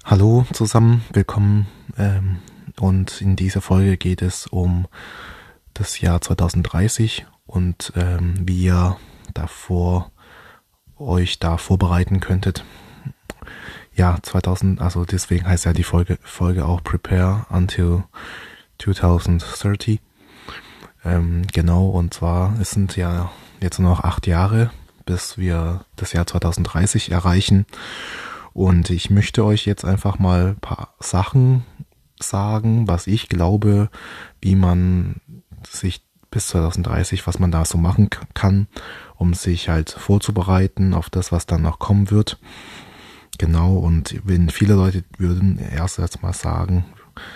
Hallo zusammen, willkommen. Und in dieser Folge geht es um das Jahr 2030 und wie ihr euch da vorbereiten könntet. Ja, 2000, also deswegen heißt ja die Folge auch Prepare Until 2030. Genau, und zwar, es sind ja jetzt nur noch 8 Jahre, bis wir das Jahr 2030 erreichen. Und ich möchte euch jetzt einfach mal ein paar Sachen sagen, was ich glaube, wie man sich bis 2030, was man da so machen kann, um sich halt vorzubereiten auf das, was dann noch kommen wird. Genau, und wenn viele Leute würden erst mal sagen,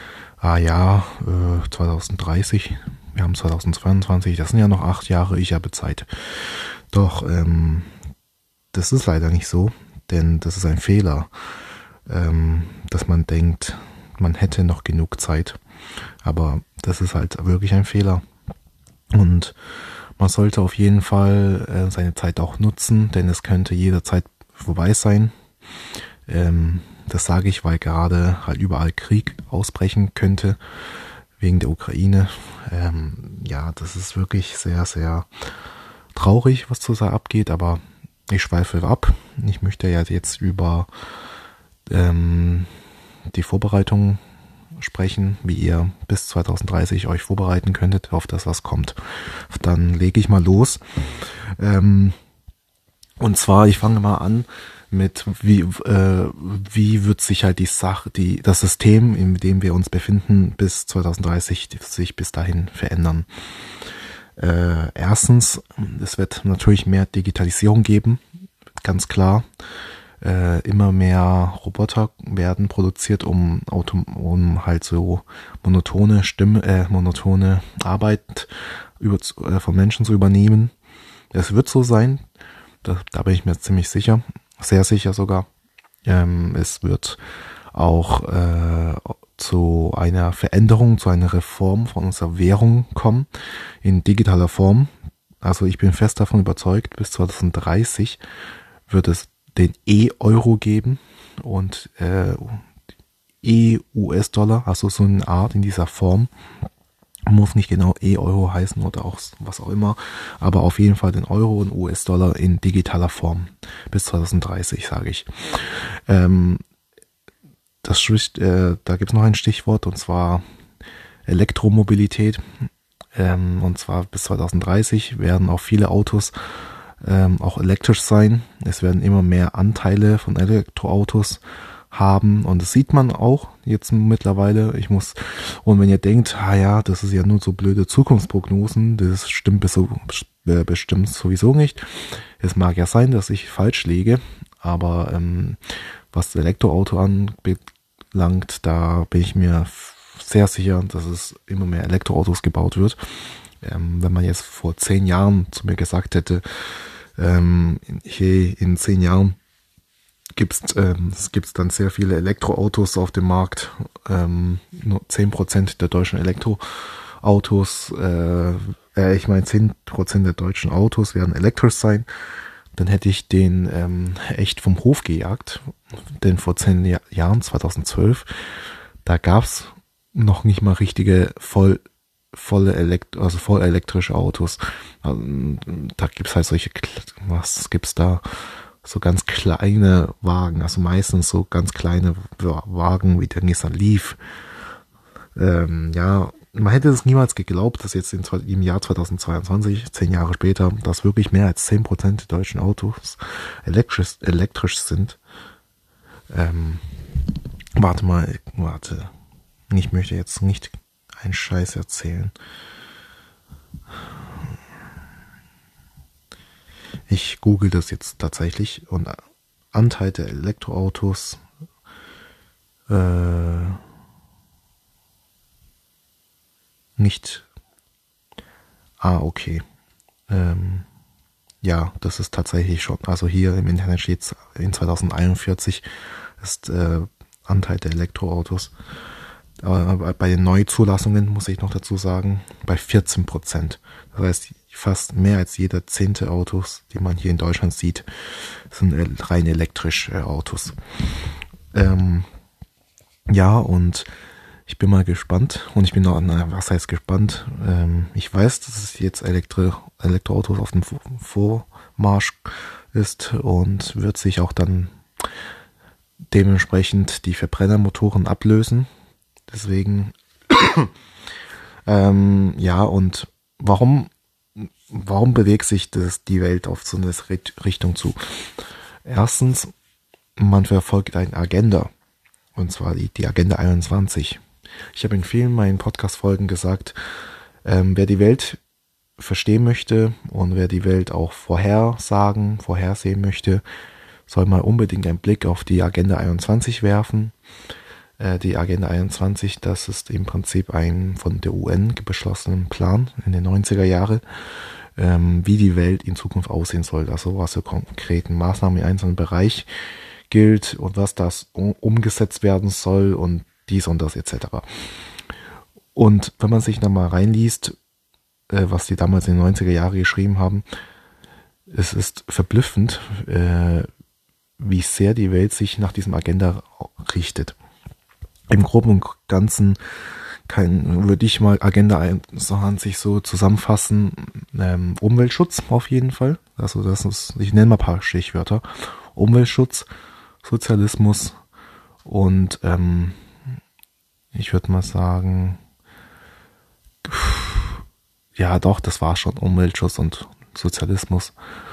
2030, wir haben 2022, das sind ja noch 8 Jahre, ich habe Zeit. Doch, das ist leider nicht so, denn das ist ein Fehler, dass man denkt, man hätte noch genug Zeit. Aber das ist halt wirklich ein Fehler. Und man sollte auf jeden Fall seine Zeit auch nutzen, denn es könnte jederzeit vorbei sein. Das sage ich, weil gerade halt überall Krieg ausbrechen könnte, wegen der Ukraine. Ja, das ist wirklich sehr, sehr traurig, was zurzeit abgeht, aber ich schweife ab. Ich möchte ja jetzt über die Vorbereitung sprechen, wie ihr bis 2030 euch vorbereiten könntet auf das, was kommt. Dann lege ich mal los. Und zwar, ich fange mal an mit, wie wird sich halt das System, in dem wir uns befinden, bis 2030 sich bis dahin verändern. Erstens, es wird natürlich mehr Digitalisierung geben, ganz klar. Immer mehr Roboter werden produziert, um halt so monotone Arbeit von Menschen zu übernehmen. Es wird so sein, da bin ich mir ziemlich sicher, sehr sicher sogar. Es wird auch zu einer Veränderung, zu einer Reform von unserer Währung kommen, in digitaler Form. Also ich bin fest davon überzeugt, bis 2030 wird es den E-Euro geben und E-US-Dollar, also so eine Art in dieser Form. Muss nicht genau E-Euro heißen oder auch was auch immer, aber auf jeden Fall den Euro und US-Dollar in digitaler Form bis 2030, sage ich. Da gibt es noch ein Stichwort, und zwar Elektromobilität. Und zwar bis 2030 werden auch viele Autos auch elektrisch sein. Es werden immer mehr Anteile von Elektroautos haben, und das sieht man auch jetzt mittlerweile. Und wenn ihr denkt, das ist ja nur so blöde Zukunftsprognosen, das stimmt bestimmt sowieso nicht. Es mag ja sein, dass ich falsch liege, aber was das Elektroauto anbelangt, da bin ich mir sehr sicher, dass es immer mehr Elektroautos gebaut wird. Wenn man jetzt vor 10 Jahren zu mir gesagt hätte, in 10 Jahren gibt's dann sehr viele Elektroautos auf dem Markt, nur 10% der deutschen Elektroautos, 10% der deutschen Autos werden elektrisch sein, dann hätte ich den echt vom Hof gejagt, denn vor 10 Jahren, 2012, da gab's noch nicht mal richtige voll elektrische Autos. Da gibt's halt was gibt's da? So ganz kleine Wagen, also meistens so ganz kleine Wagen wie der Nissan Leaf. Man hätte es niemals geglaubt, dass jetzt im Jahr 2022, 10 Jahre später, dass wirklich mehr als 10% der deutschen Autos elektrisch sind. Warte. Ich möchte jetzt nicht einen Scheiß erzählen. Ich google das jetzt tatsächlich, und Anteil der Elektroautos nicht. Okay. Das ist tatsächlich schon. Also hier im Internet steht, in 2041 ist Anteil der Elektroautos. Aber bei den Neuzulassungen muss ich noch dazu sagen, bei 14%. Das heißt, fast mehr als jeder 10. Autos, die man hier in Deutschland sieht, sind rein elektrische Autos. Ja, und ich bin mal gespannt und ich bin noch, was heißt gespannt? Ich weiß, dass es jetzt Elektroautos auf dem Vormarsch ist und wird sich auch dann dementsprechend die Verbrennermotoren ablösen. Deswegen, ja, und warum bewegt sich die Welt auf so eine Richtung zu? Erstens, man verfolgt eine Agenda, und zwar die Agenda 21. Ich habe in vielen meinen Podcast-Folgen gesagt, wer die Welt verstehen möchte und wer die Welt auch vorhersehen möchte, soll mal unbedingt einen Blick auf die Agenda 21 werfen. Die Agenda 21, das ist im Prinzip ein von der UN beschlossenen Plan in den 90er Jahren, wie die Welt in Zukunft aussehen soll. Also was für konkreten Maßnahmen in einzelnen Bereich gilt und was das umgesetzt werden soll und dies und das etc. Und wenn man sich da mal reinliest, was die damals in den 90er Jahren geschrieben haben, es ist verblüffend, wie sehr die Welt sich nach diesem Agenda richtet. Im Groben und Ganzen würde ich mal Agenda 21 so zusammenfassen, Umweltschutz auf jeden Fall. Also ich nenne mal ein paar Stichwörter. Umweltschutz, Sozialismus und ich würde mal sagen, ja doch, das war schon Umweltschutz und Sozialismus.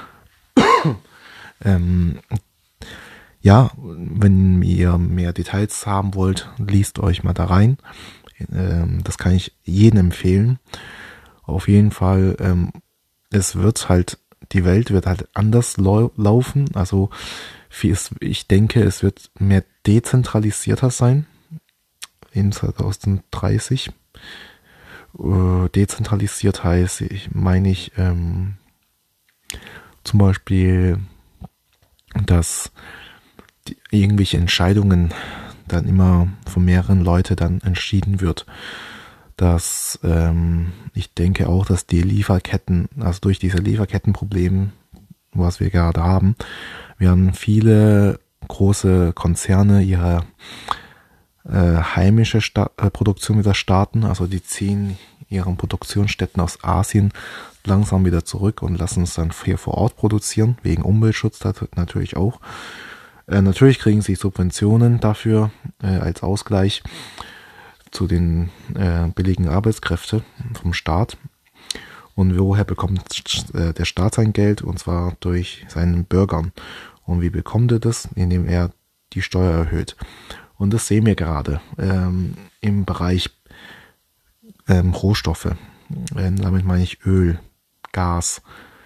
Ja, wenn ihr mehr Details haben wollt, liest euch mal da rein. Das kann ich jedem empfehlen. Auf jeden Fall, die Welt wird halt anders laufen. Also ich denke, es wird mehr dezentralisierter sein in 2030. Dezentralisiert heißt, zum Beispiel, dass irgendwelche Entscheidungen dann immer von mehreren Leuten dann entschieden wird. Dass ich denke auch, dass die Lieferketten, also durch diese Lieferkettenprobleme, was wir gerade haben, werden viele große Konzerne ihre heimische Produktion wieder starten. Also die ziehen ihren Produktionsstätten aus Asien langsam wieder zurück und lassen es dann hier vor Ort produzieren, wegen Umweltschutz natürlich auch. Natürlich kriegen sie Subventionen dafür als Ausgleich zu den billigen Arbeitskräften vom Staat. Und woher bekommt der Staat sein Geld? Und zwar durch seinen Bürgern. Und wie bekommt er das? Indem er die Steuer erhöht. Und das sehen wir gerade im Bereich Rohstoffe. Damit meine ich Öl, Gas,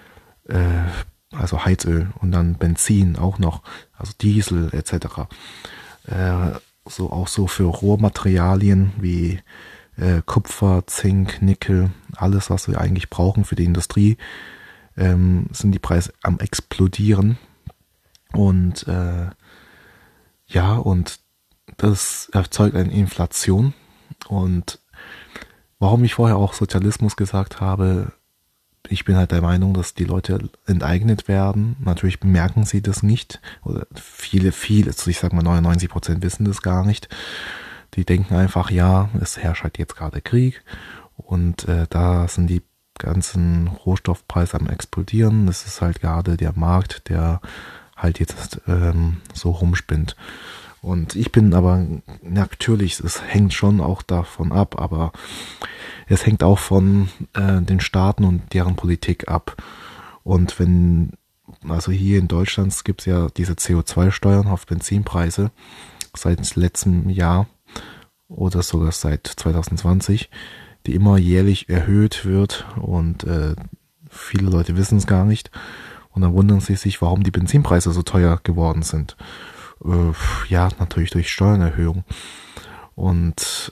also Heizöl und dann Benzin auch noch, also Diesel etc. Auch so für Rohmaterialien wie Kupfer, Zink, Nickel, alles, was wir eigentlich brauchen für die Industrie, sind die Preise am explodieren. Und und das erzeugt eine Inflation. Und warum ich vorher auch Sozialismus gesagt habe, ich bin halt der Meinung, dass die Leute enteignet werden. Natürlich bemerken sie das nicht. Oder viele, also ich sag mal 99% wissen das gar nicht. Die denken einfach, ja, es herrscht halt jetzt gerade Krieg und da sind die ganzen Rohstoffpreise am explodieren. Das ist halt gerade der Markt, der halt jetzt so rumspinnt. Und ich bin aber, natürlich, es hängt schon auch davon ab, aber es hängt auch von den Staaten und deren Politik ab. Und also hier in Deutschland gibt es ja diese CO2-Steuern auf Benzinpreise seit letztem Jahr oder sogar seit 2020, die immer jährlich erhöht wird und viele Leute wissen es gar nicht. Und dann wundern sie sich, warum die Benzinpreise so teuer geworden sind. Natürlich durch Steuererhöhung. Und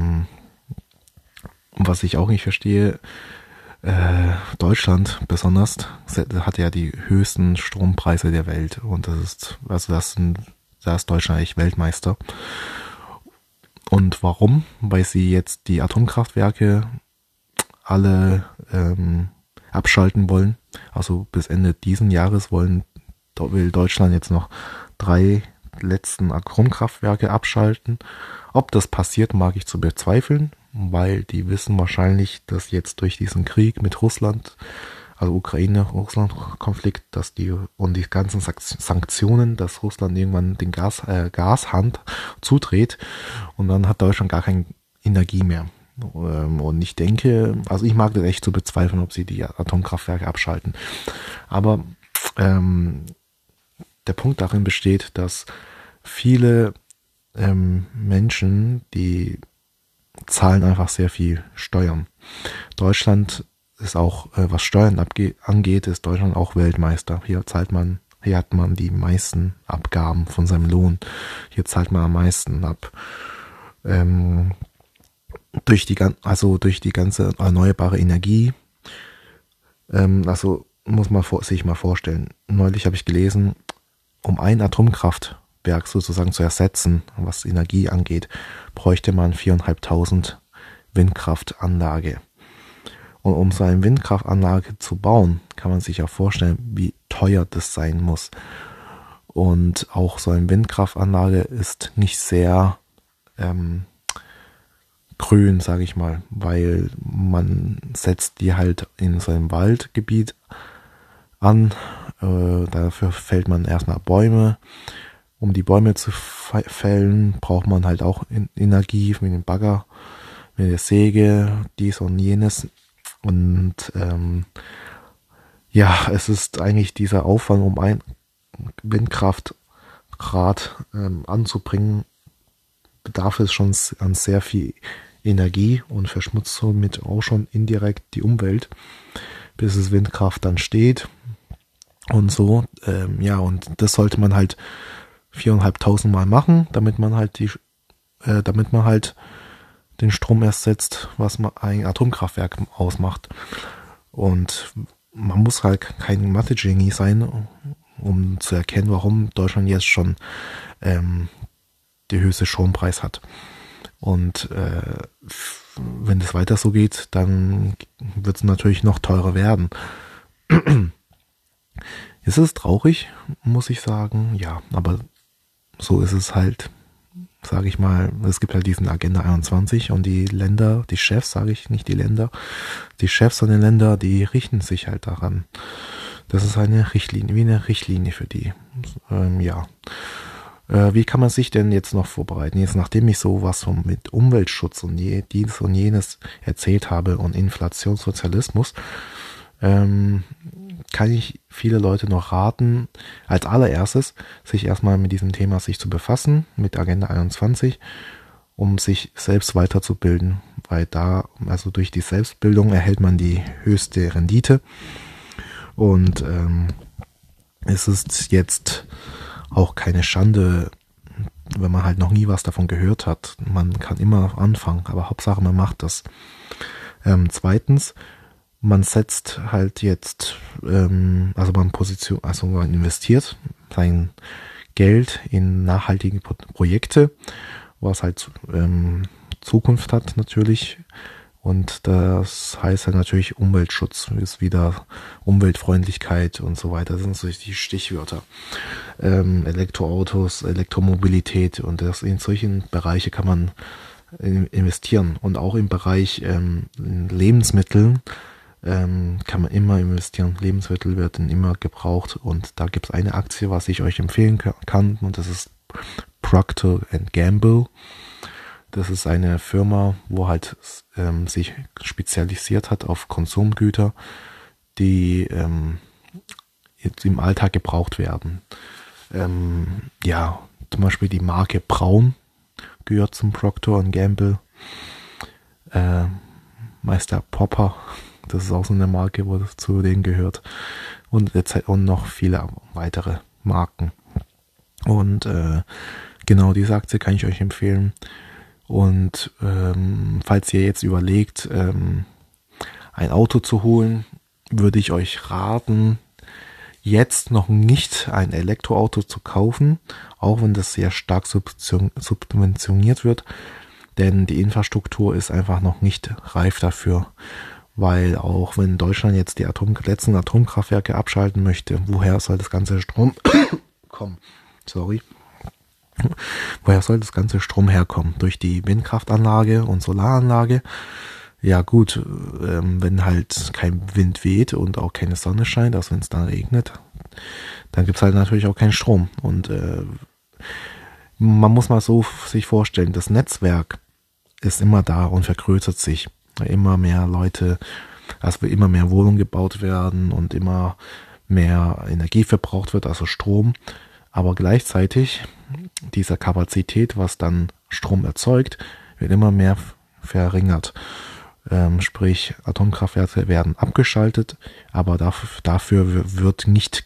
was ich auch nicht verstehe, Deutschland besonders hat ja die höchsten Strompreise der Welt und da ist Deutschland eigentlich Weltmeister. Und warum? Weil sie jetzt die Atomkraftwerke alle abschalten wollen. Also bis Ende diesen Jahres will Deutschland jetzt noch 3 letzten Atomkraftwerke abschalten. Ob das passiert, mag ich zu bezweifeln, weil die wissen wahrscheinlich, dass jetzt durch diesen Krieg mit Russland, also Ukraine-Russland-Konflikt, dass die und die ganzen Sanktionen, dass Russland irgendwann den Gashand zudreht und dann hat Deutschland gar keine Energie mehr. Und ich denke, also ich mag das echt zu bezweifeln, ob sie die Atomkraftwerke abschalten. Aber der Punkt darin besteht, dass viele Menschen, die zahlen einfach sehr viel Steuern. Deutschland ist auch, was Steuern angeht, ist Deutschland auch Weltmeister. Hier hat man die meisten Abgaben von seinem Lohn. Hier zahlt man am meisten ab. Durch die ganze erneuerbare Energie. Also muss man sich mal vorstellen. Neulich habe ich gelesen, um ein Atomkraftwerk sozusagen zu ersetzen, was Energie angeht, bräuchte man 4.500 Windkraftanlage. Und um so eine Windkraftanlage zu bauen, kann man sich auch vorstellen, wie teuer das sein muss. Und auch so eine Windkraftanlage ist nicht sehr grün, sage ich mal, weil man setzt die halt in so einem Waldgebiet an. Dafür fällt man erstmal Bäume. Um die Bäume zu fällen, braucht man halt auch Energie mit dem Bagger, mit der Säge, dies und jenes. Und es ist eigentlich dieser Aufwand, um ein Windkraftrad anzubringen, bedarf es schon an sehr viel Energie und verschmutzt somit auch schon indirekt die Umwelt, bis das Windkraft dann steht und so. Und das sollte man halt 4.500 Mal machen, damit man halt den Strom ersetzt, was ein Atomkraftwerk ausmacht. Und man muss halt kein Mathe-Genie sein, um zu erkennen, warum Deutschland jetzt schon die höchste Strompreis hat. Und wenn das weiter so geht, dann wird es natürlich noch teurer werden. Es ist traurig, muss ich sagen, ja, aber so ist es halt, sage ich mal. Es gibt halt diesen Agenda 21 und die Länder, die Chefs, sage ich nicht die Länder, die Chefs von den Ländern, die richten sich halt daran. Das ist eine Richtlinie, wie eine Richtlinie für die. Wie kann man sich denn jetzt noch vorbereiten? Jetzt, nachdem ich sowas mit Umweltschutz und dies und jenes erzählt habe und Inflationssozialismus, kann ich viele Leute noch raten, als allererstes sich erstmal mit diesem Thema sich zu befassen, mit Agenda 21, um sich selbst weiterzubilden, weil also durch die Selbstbildung erhält man die höchste Rendite. Und es ist jetzt auch keine Schande, wenn man halt noch nie was davon gehört hat. Man kann immer anfangen, aber Hauptsache man macht das. Zweitens, man setzt halt jetzt, man investiert sein Geld in nachhaltige Projekte, was halt Zukunft hat natürlich. Und das heißt halt natürlich Umweltschutz, ist wieder Umweltfreundlichkeit und so weiter. Das sind so die Stichwörter. Elektroautos, Elektromobilität und in solchen Bereiche kann man investieren. Und auch im Bereich Lebensmitteln kann man immer investieren. Lebensmittel werden immer gebraucht und da gibt es eine Aktie, was ich euch empfehlen kann und das ist Procter & Gamble. Das ist eine Firma, wo halt sich spezialisiert hat auf Konsumgüter, die jetzt im Alltag gebraucht werden. Zum Beispiel die Marke Braun gehört zum Procter & Gamble. Meister Popper, das ist auch so eine Marke, wo das zu denen gehört. Und noch viele weitere Marken. Und genau diese Aktie kann ich euch empfehlen. Und falls ihr jetzt überlegt, ein Auto zu holen, würde ich euch raten, jetzt noch nicht ein Elektroauto zu kaufen, auch wenn das sehr stark subventioniert wird, denn die Infrastruktur ist einfach noch nicht reif dafür, weil auch wenn Deutschland jetzt die letzten Atomkraftwerke abschalten möchte, woher soll das ganze Strom kommen? Sorry. Woher soll das ganze Strom herkommen? Durch die Windkraftanlage und Solaranlage? Ja gut, wenn halt kein Wind weht und auch keine Sonne scheint, also wenn es dann regnet, dann gibt's halt natürlich auch keinen Strom. Und man muss mal so sich vorstellen, das Netzwerk ist immer da und vergrößert sich. Immer mehr Leute, also immer mehr Wohnungen gebaut werden und immer mehr Energie verbraucht wird, also Strom. Aber gleichzeitig dieser Kapazität, was dann Strom erzeugt, wird immer mehr verringert. Sprich, Atomkraftwerke werden abgeschaltet, aber dafür wird nicht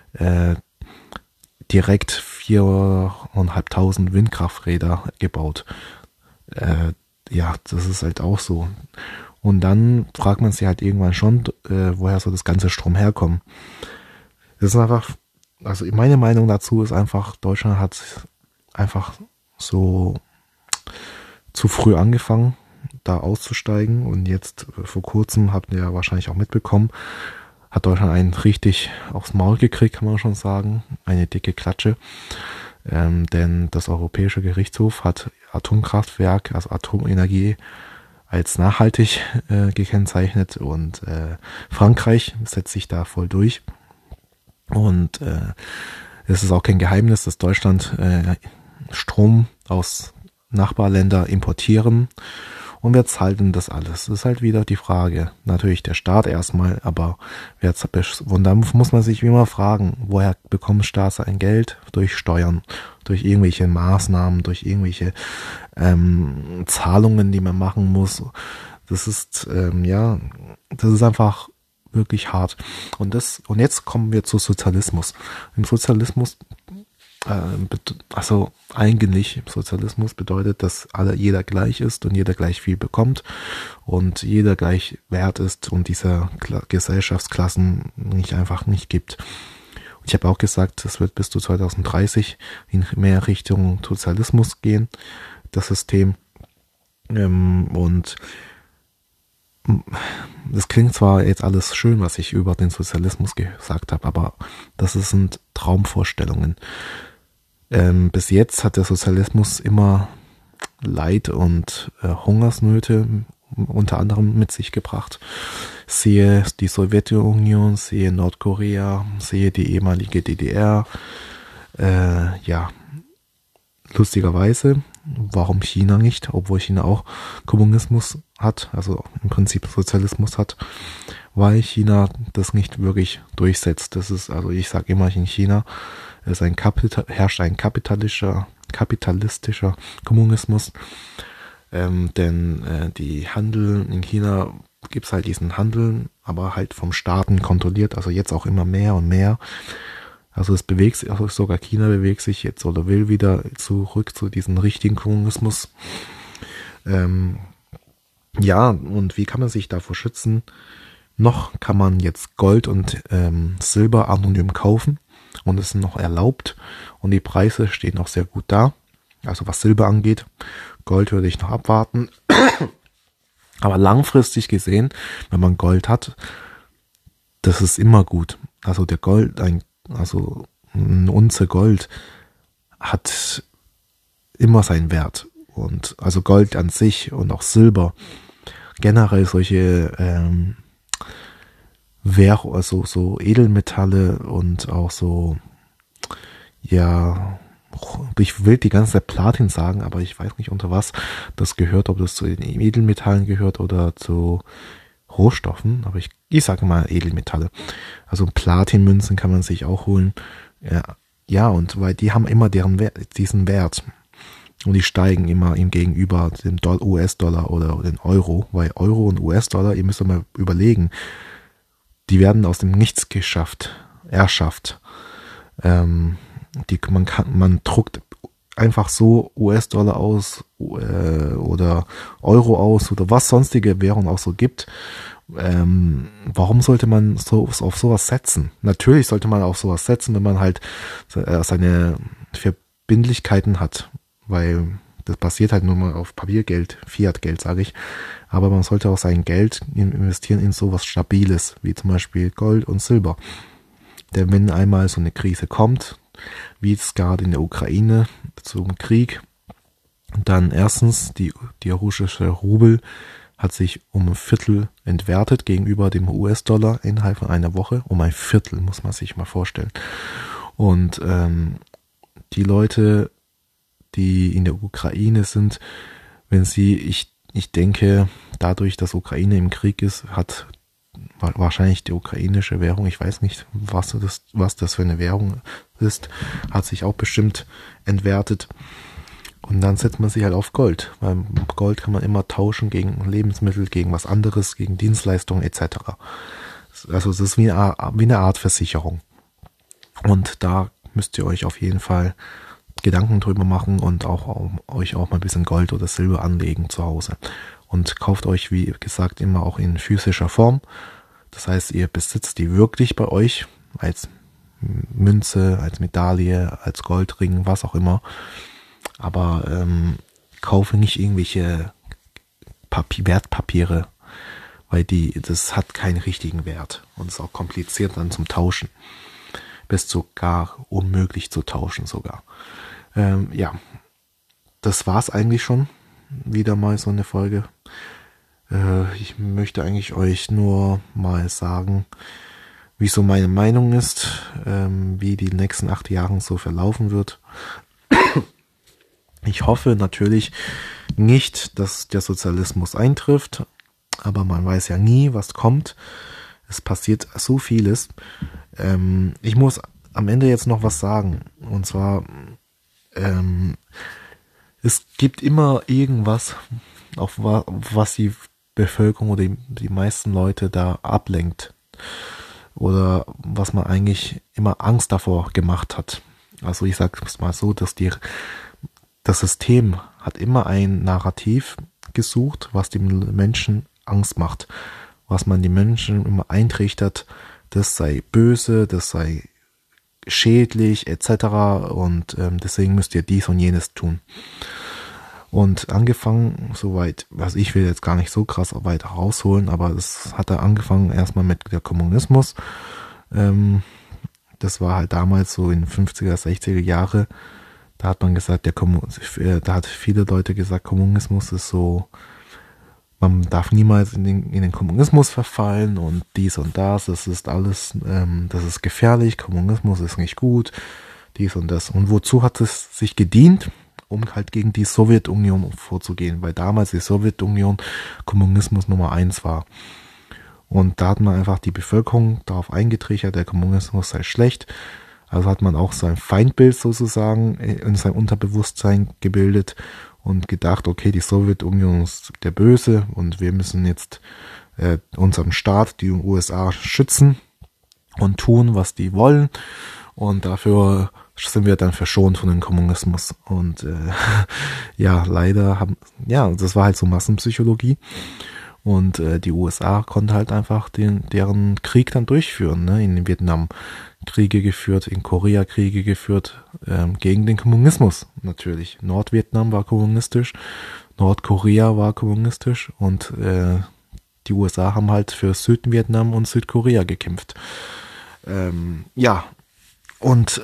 direkt 4.500 Windkrafträder gebaut. Ja, das ist halt auch so. Und dann fragt man sich halt irgendwann schon, woher soll das ganze Strom herkommen? Das ist einfach, also meine Meinung dazu ist einfach, Deutschland hat einfach so zu früh angefangen, da auszusteigen. Und jetzt vor kurzem, habt ihr ja wahrscheinlich auch mitbekommen, hat Deutschland einen richtig aufs Maul gekriegt, kann man schon sagen. Eine dicke Klatsche. Denn das Europäische Gerichtshof hat Atomkraftwerk, also Atomenergie, als nachhaltig gekennzeichnet. Und Frankreich setzt sich da voll durch. Und es ist auch kein Geheimnis, dass Deutschland Strom aus Nachbarländern importieren. Und wer zahlt denn das alles? Das ist halt wieder die Frage. Natürlich der Staat erstmal, aber und dann muss man sich immer fragen, woher bekommt Staat sein Geld? Durch Steuern, durch irgendwelche Maßnahmen, durch irgendwelche Zahlungen, die man machen muss. Das ist, das ist einfach wirklich hart. Und jetzt kommen wir zu Sozialismus. Im Sozialismus also eigentlich im Sozialismus bedeutet, dass jeder gleich ist und jeder gleich viel bekommt und jeder gleich wert ist und diese Gesellschaftsklassen einfach nicht gibt. Und ich habe auch gesagt, es wird bis zu 2030 in mehr Richtung Sozialismus gehen, das System. Und das klingt zwar jetzt alles schön, was ich über den Sozialismus gesagt habe, aber das sind Traumvorstellungen. Bis jetzt hat der Sozialismus immer Leid und Hungersnöte unter anderem mit sich gebracht. Siehe die Sowjetunion, siehe Nordkorea, siehe die ehemalige DDR. Lustigerweise, warum China nicht, obwohl China auch Kommunismus hat, also im Prinzip Sozialismus hat, weil China das nicht wirklich durchsetzt. Das ist, also ich sage immer, in China herrscht ein kapitalistischer Kommunismus, denn die Handel in China gibt's halt diesen Handel, aber halt vom Staaten kontrolliert, also jetzt auch immer mehr und mehr. Also es bewegt sich, also sogar China bewegt sich jetzt oder will wieder zurück zu diesem richtigen Kommunismus. Und wie kann man sich davor schützen? Noch kann man jetzt Gold und Silber anonym kaufen und es ist noch erlaubt und die Preise stehen noch sehr gut da. Also was Silber angeht, Gold würde ich noch abwarten. Aber langfristig gesehen, wenn man Gold hat, das ist immer gut. Also eine Unze Gold hat immer seinen Wert. Und also Gold an sich und auch Silber, generell solche also so Edelmetalle und auch so, ja, ich will die ganze Zeit Platin sagen, aber ich weiß nicht unter was das gehört, ob das zu den Edelmetallen gehört oder zu Rohstoffen, aber ich sage mal Edelmetalle. Also Platinmünzen kann man sich auch holen. Ja, und weil die haben immer diesen Wert. Und die steigen immer ihm gegenüber dem US-Dollar oder den Euro, weil Euro und US-Dollar, ihr müsst mal überlegen, die werden aus dem Nichts erschafft. Man druckt einfach so US-Dollar aus oder Euro aus oder was sonstige Währung auch so gibt. Warum sollte man auf sowas setzen? Natürlich sollte man auf sowas setzen, wenn man halt seine Verbindlichkeiten hat, weil das basiert halt nur mal auf Papiergeld, Fiat-Geld, sage ich. Aber man sollte auch sein Geld investieren in sowas Stabiles, wie zum Beispiel Gold und Silber. Denn wenn einmal so eine Krise kommt, wie es gerade in der Ukraine zum Krieg. Dann erstens, die russische Rubel hat sich um ein Viertel entwertet gegenüber dem US-Dollar innerhalb von einer Woche. Um ein Viertel, muss man sich mal vorstellen. Und die Leute, die in der Ukraine sind, wenn sie, ich denke, dadurch, dass Ukraine im Krieg ist, hat wahrscheinlich die ukrainische Währung, ich weiß nicht, was das für eine Währung ist, hat sich auch bestimmt entwertet. Und dann setzt man sich halt auf Gold, weil Gold kann man immer tauschen gegen Lebensmittel, gegen was anderes, gegen Dienstleistungen etc. Also es ist wie eine Art Versicherung. Und da müsst ihr euch auf jeden Fall Gedanken drüber machen und euch auch mal ein bisschen Gold oder Silber anlegen zu Hause. Und kauft euch, wie gesagt, immer auch in physischer Form. Das heißt, ihr besitzt die wirklich bei euch als Münze, als Medaille, als Goldring, was auch immer. Aber kaufe nicht irgendwelche Wertpapiere, weil das hat keinen richtigen Wert und ist auch kompliziert dann zum Tauschen. Bis sogar unmöglich zu tauschen sogar. Ja, das war's eigentlich schon. Wieder mal so eine Folge. Ich möchte eigentlich euch nur mal sagen, wie so meine Meinung ist, wie die nächsten 8 Jahre so verlaufen wird. Ich hoffe natürlich nicht, dass der Sozialismus eintrifft, aber man weiß ja nie, was kommt. Es passiert so vieles. Ich muss am Ende jetzt noch was sagen. Und zwar, es gibt immer irgendwas, auf was die Bevölkerung oder die meisten Leute da ablenkt. Oder was man eigentlich immer Angst davor gemacht hat. Also ich sage es mal so, dass das System hat immer ein Narrativ gesucht, was dem Menschen Angst macht. Was man den Menschen immer eintrichtert, das sei böse, das sei schädlich etc. Und deswegen müsst ihr dies und jenes tun. Und angefangen, soweit, also ich will jetzt gar nicht so krass weit rausholen, aber es hat da angefangen erstmal mit der Kommunismus. Das war halt damals so in 50er, 60er Jahre. Da hat man gesagt, da hat viele Leute gesagt, Kommunismus ist so, man darf niemals in den Kommunismus verfallen und dies und das ist alles, das ist gefährlich, Kommunismus ist nicht gut, dies und das. Und wozu hat es sich gedient? Um halt gegen die Sowjetunion vorzugehen, weil damals die Sowjetunion Kommunismus Nummer 1 war. Und da hat man einfach die Bevölkerung darauf eingetrichtert, der Kommunismus sei schlecht. Also hat man auch sein Feindbild sozusagen in seinem Unterbewusstsein gebildet und gedacht, okay, die Sowjetunion ist der Böse und wir müssen jetzt unseren Staat, die USA, schützen und tun, was die wollen. Und dafür sind wir dann verschont von dem Kommunismus. Und ja, leider das war halt so Massenpsychologie. Und die USA konnte halt einfach deren Krieg dann durchführen, ne? In Vietnam Kriege geführt, in Korea Kriege geführt, gegen den Kommunismus natürlich. Nordvietnam war kommunistisch, Nordkorea war kommunistisch und die USA haben halt für Südvietnam und Südkorea gekämpft. Ja, und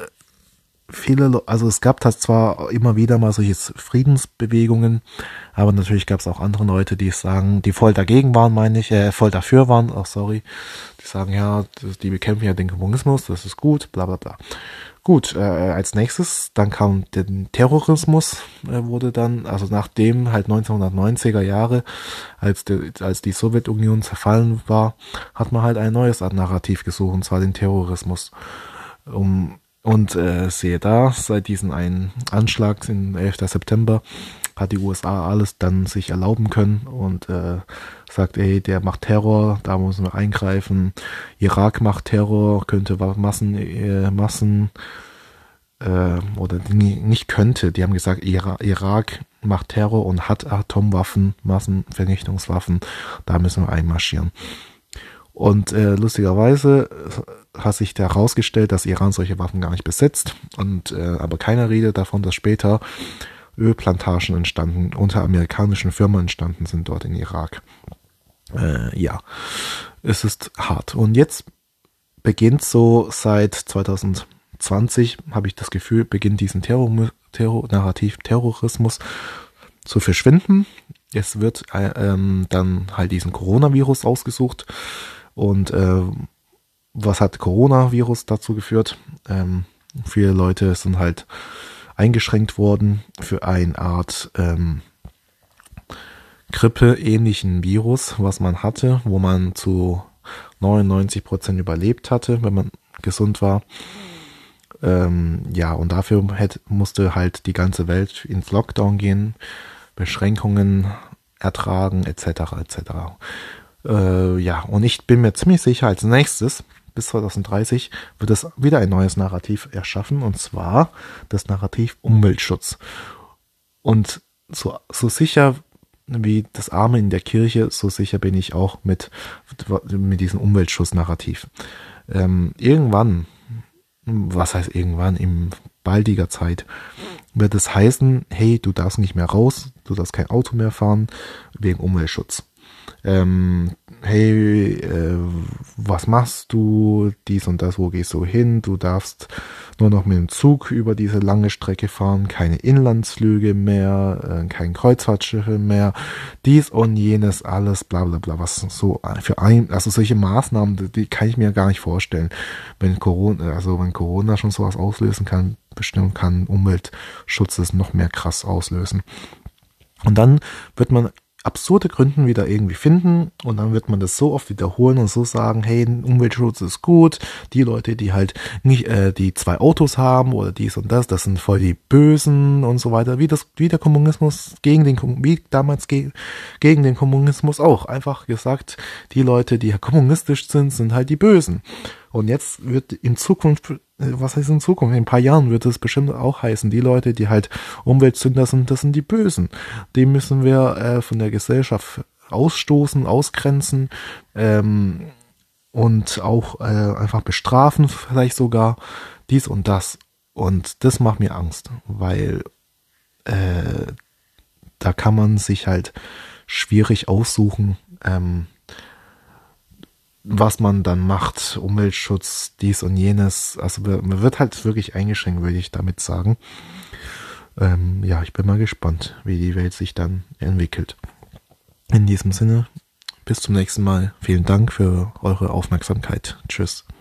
also es gab das zwar immer wieder mal solche Friedensbewegungen, aber natürlich gab es auch andere Leute, die voll dagegen waren, voll dafür waren, die sagen, ja, die bekämpfen ja den Kommunismus, das ist gut, bla bla bla. Gut, als nächstes, dann kam der Terrorismus, wurde dann, also nachdem halt 1990er Jahre, als die Sowjetunion zerfallen war, hat man halt ein neues Narrativ gesucht, und zwar den Terrorismus. Und sehe da, seit diesem einen Anschlag im 11. September hat die USA alles dann sich erlauben können und sagt, ey, der macht Terror, da müssen wir eingreifen. Irak macht Terror, könnte Massen oder nicht könnte, die haben gesagt, Irak macht Terror und hat Atomwaffen, Massenvernichtungswaffen, da müssen wir einmarschieren. Und lustigerweise hat sich da herausgestellt, dass Iran solche Waffen gar nicht besitzt. Und aber keiner redet davon, dass später Ölplantagen unter amerikanischen Firmen entstanden sind dort in Irak. Ja, es ist hart. Und jetzt beginnt so seit 2010 2020, habe ich das Gefühl, beginnt diesen Terrorismus zu verschwinden. Es wird dann halt diesen Coronavirus ausgesucht. Und was hat Coronavirus dazu geführt? Viele Leute sind halt eingeschränkt worden für eine Art Grippe-ähnlichen Virus, was man hatte, wo man zu 99% überlebt hatte, wenn man gesund war. Und dafür musste halt die ganze Welt ins Lockdown gehen, Beschränkungen ertragen, etc. etc. Und ich bin mir ziemlich sicher, als nächstes, bis 2030, wird es wieder ein neues Narrativ erschaffen, und zwar das Narrativ Umweltschutz. Und so sicher wie das Arme in der Kirche, so sicher bin ich auch mit diesem Umweltschutz-Narrativ. Irgendwann, was heißt irgendwann, in baldiger Zeit, wird es heißen, hey, du darfst nicht mehr raus, du darfst kein Auto mehr fahren, wegen Umweltschutz. Was machst du, dies und das, wo gehst du hin, du darfst nur noch mit dem Zug über diese lange Strecke fahren, keine Inlandsflüge mehr, kein Kreuzfahrtschiffe mehr, dies und jenes, alles, bla bla bla, was so also solche Maßnahmen, die kann ich mir gar nicht vorstellen, wenn Corona schon sowas auslösen kann, bestimmt kann Umweltschutz es noch mehr krass auslösen. Und dann wird man absurde Gründen wieder irgendwie finden, und dann wird man das so oft wiederholen und so sagen, hey, Umweltschutz ist gut, die Leute, die halt nicht die 2 Autos haben oder dies und das sind voll die Bösen und so weiter, wie der Kommunismus wie damals gegen den Kommunismus auch. Einfach gesagt, die Leute, die kommunistisch sind halt die Bösen. Und jetzt wird in Zukunft, was heißt in Zukunft? In ein paar Jahren wird es bestimmt auch heißen, die Leute, die halt Umweltsünder sind, das sind die Bösen. Die müssen wir von der Gesellschaft ausstoßen, ausgrenzen und auch einfach bestrafen, vielleicht sogar dies und das. Und das macht mir Angst, weil da kann man sich halt schwierig aussuchen, was man dann macht, Umweltschutz, dies und jenes. Also man wird halt wirklich eingeschränkt, würde ich damit sagen. Ich bin mal gespannt, wie die Welt sich dann entwickelt. In diesem Sinne, bis zum nächsten Mal. Vielen Dank für eure Aufmerksamkeit. Tschüss.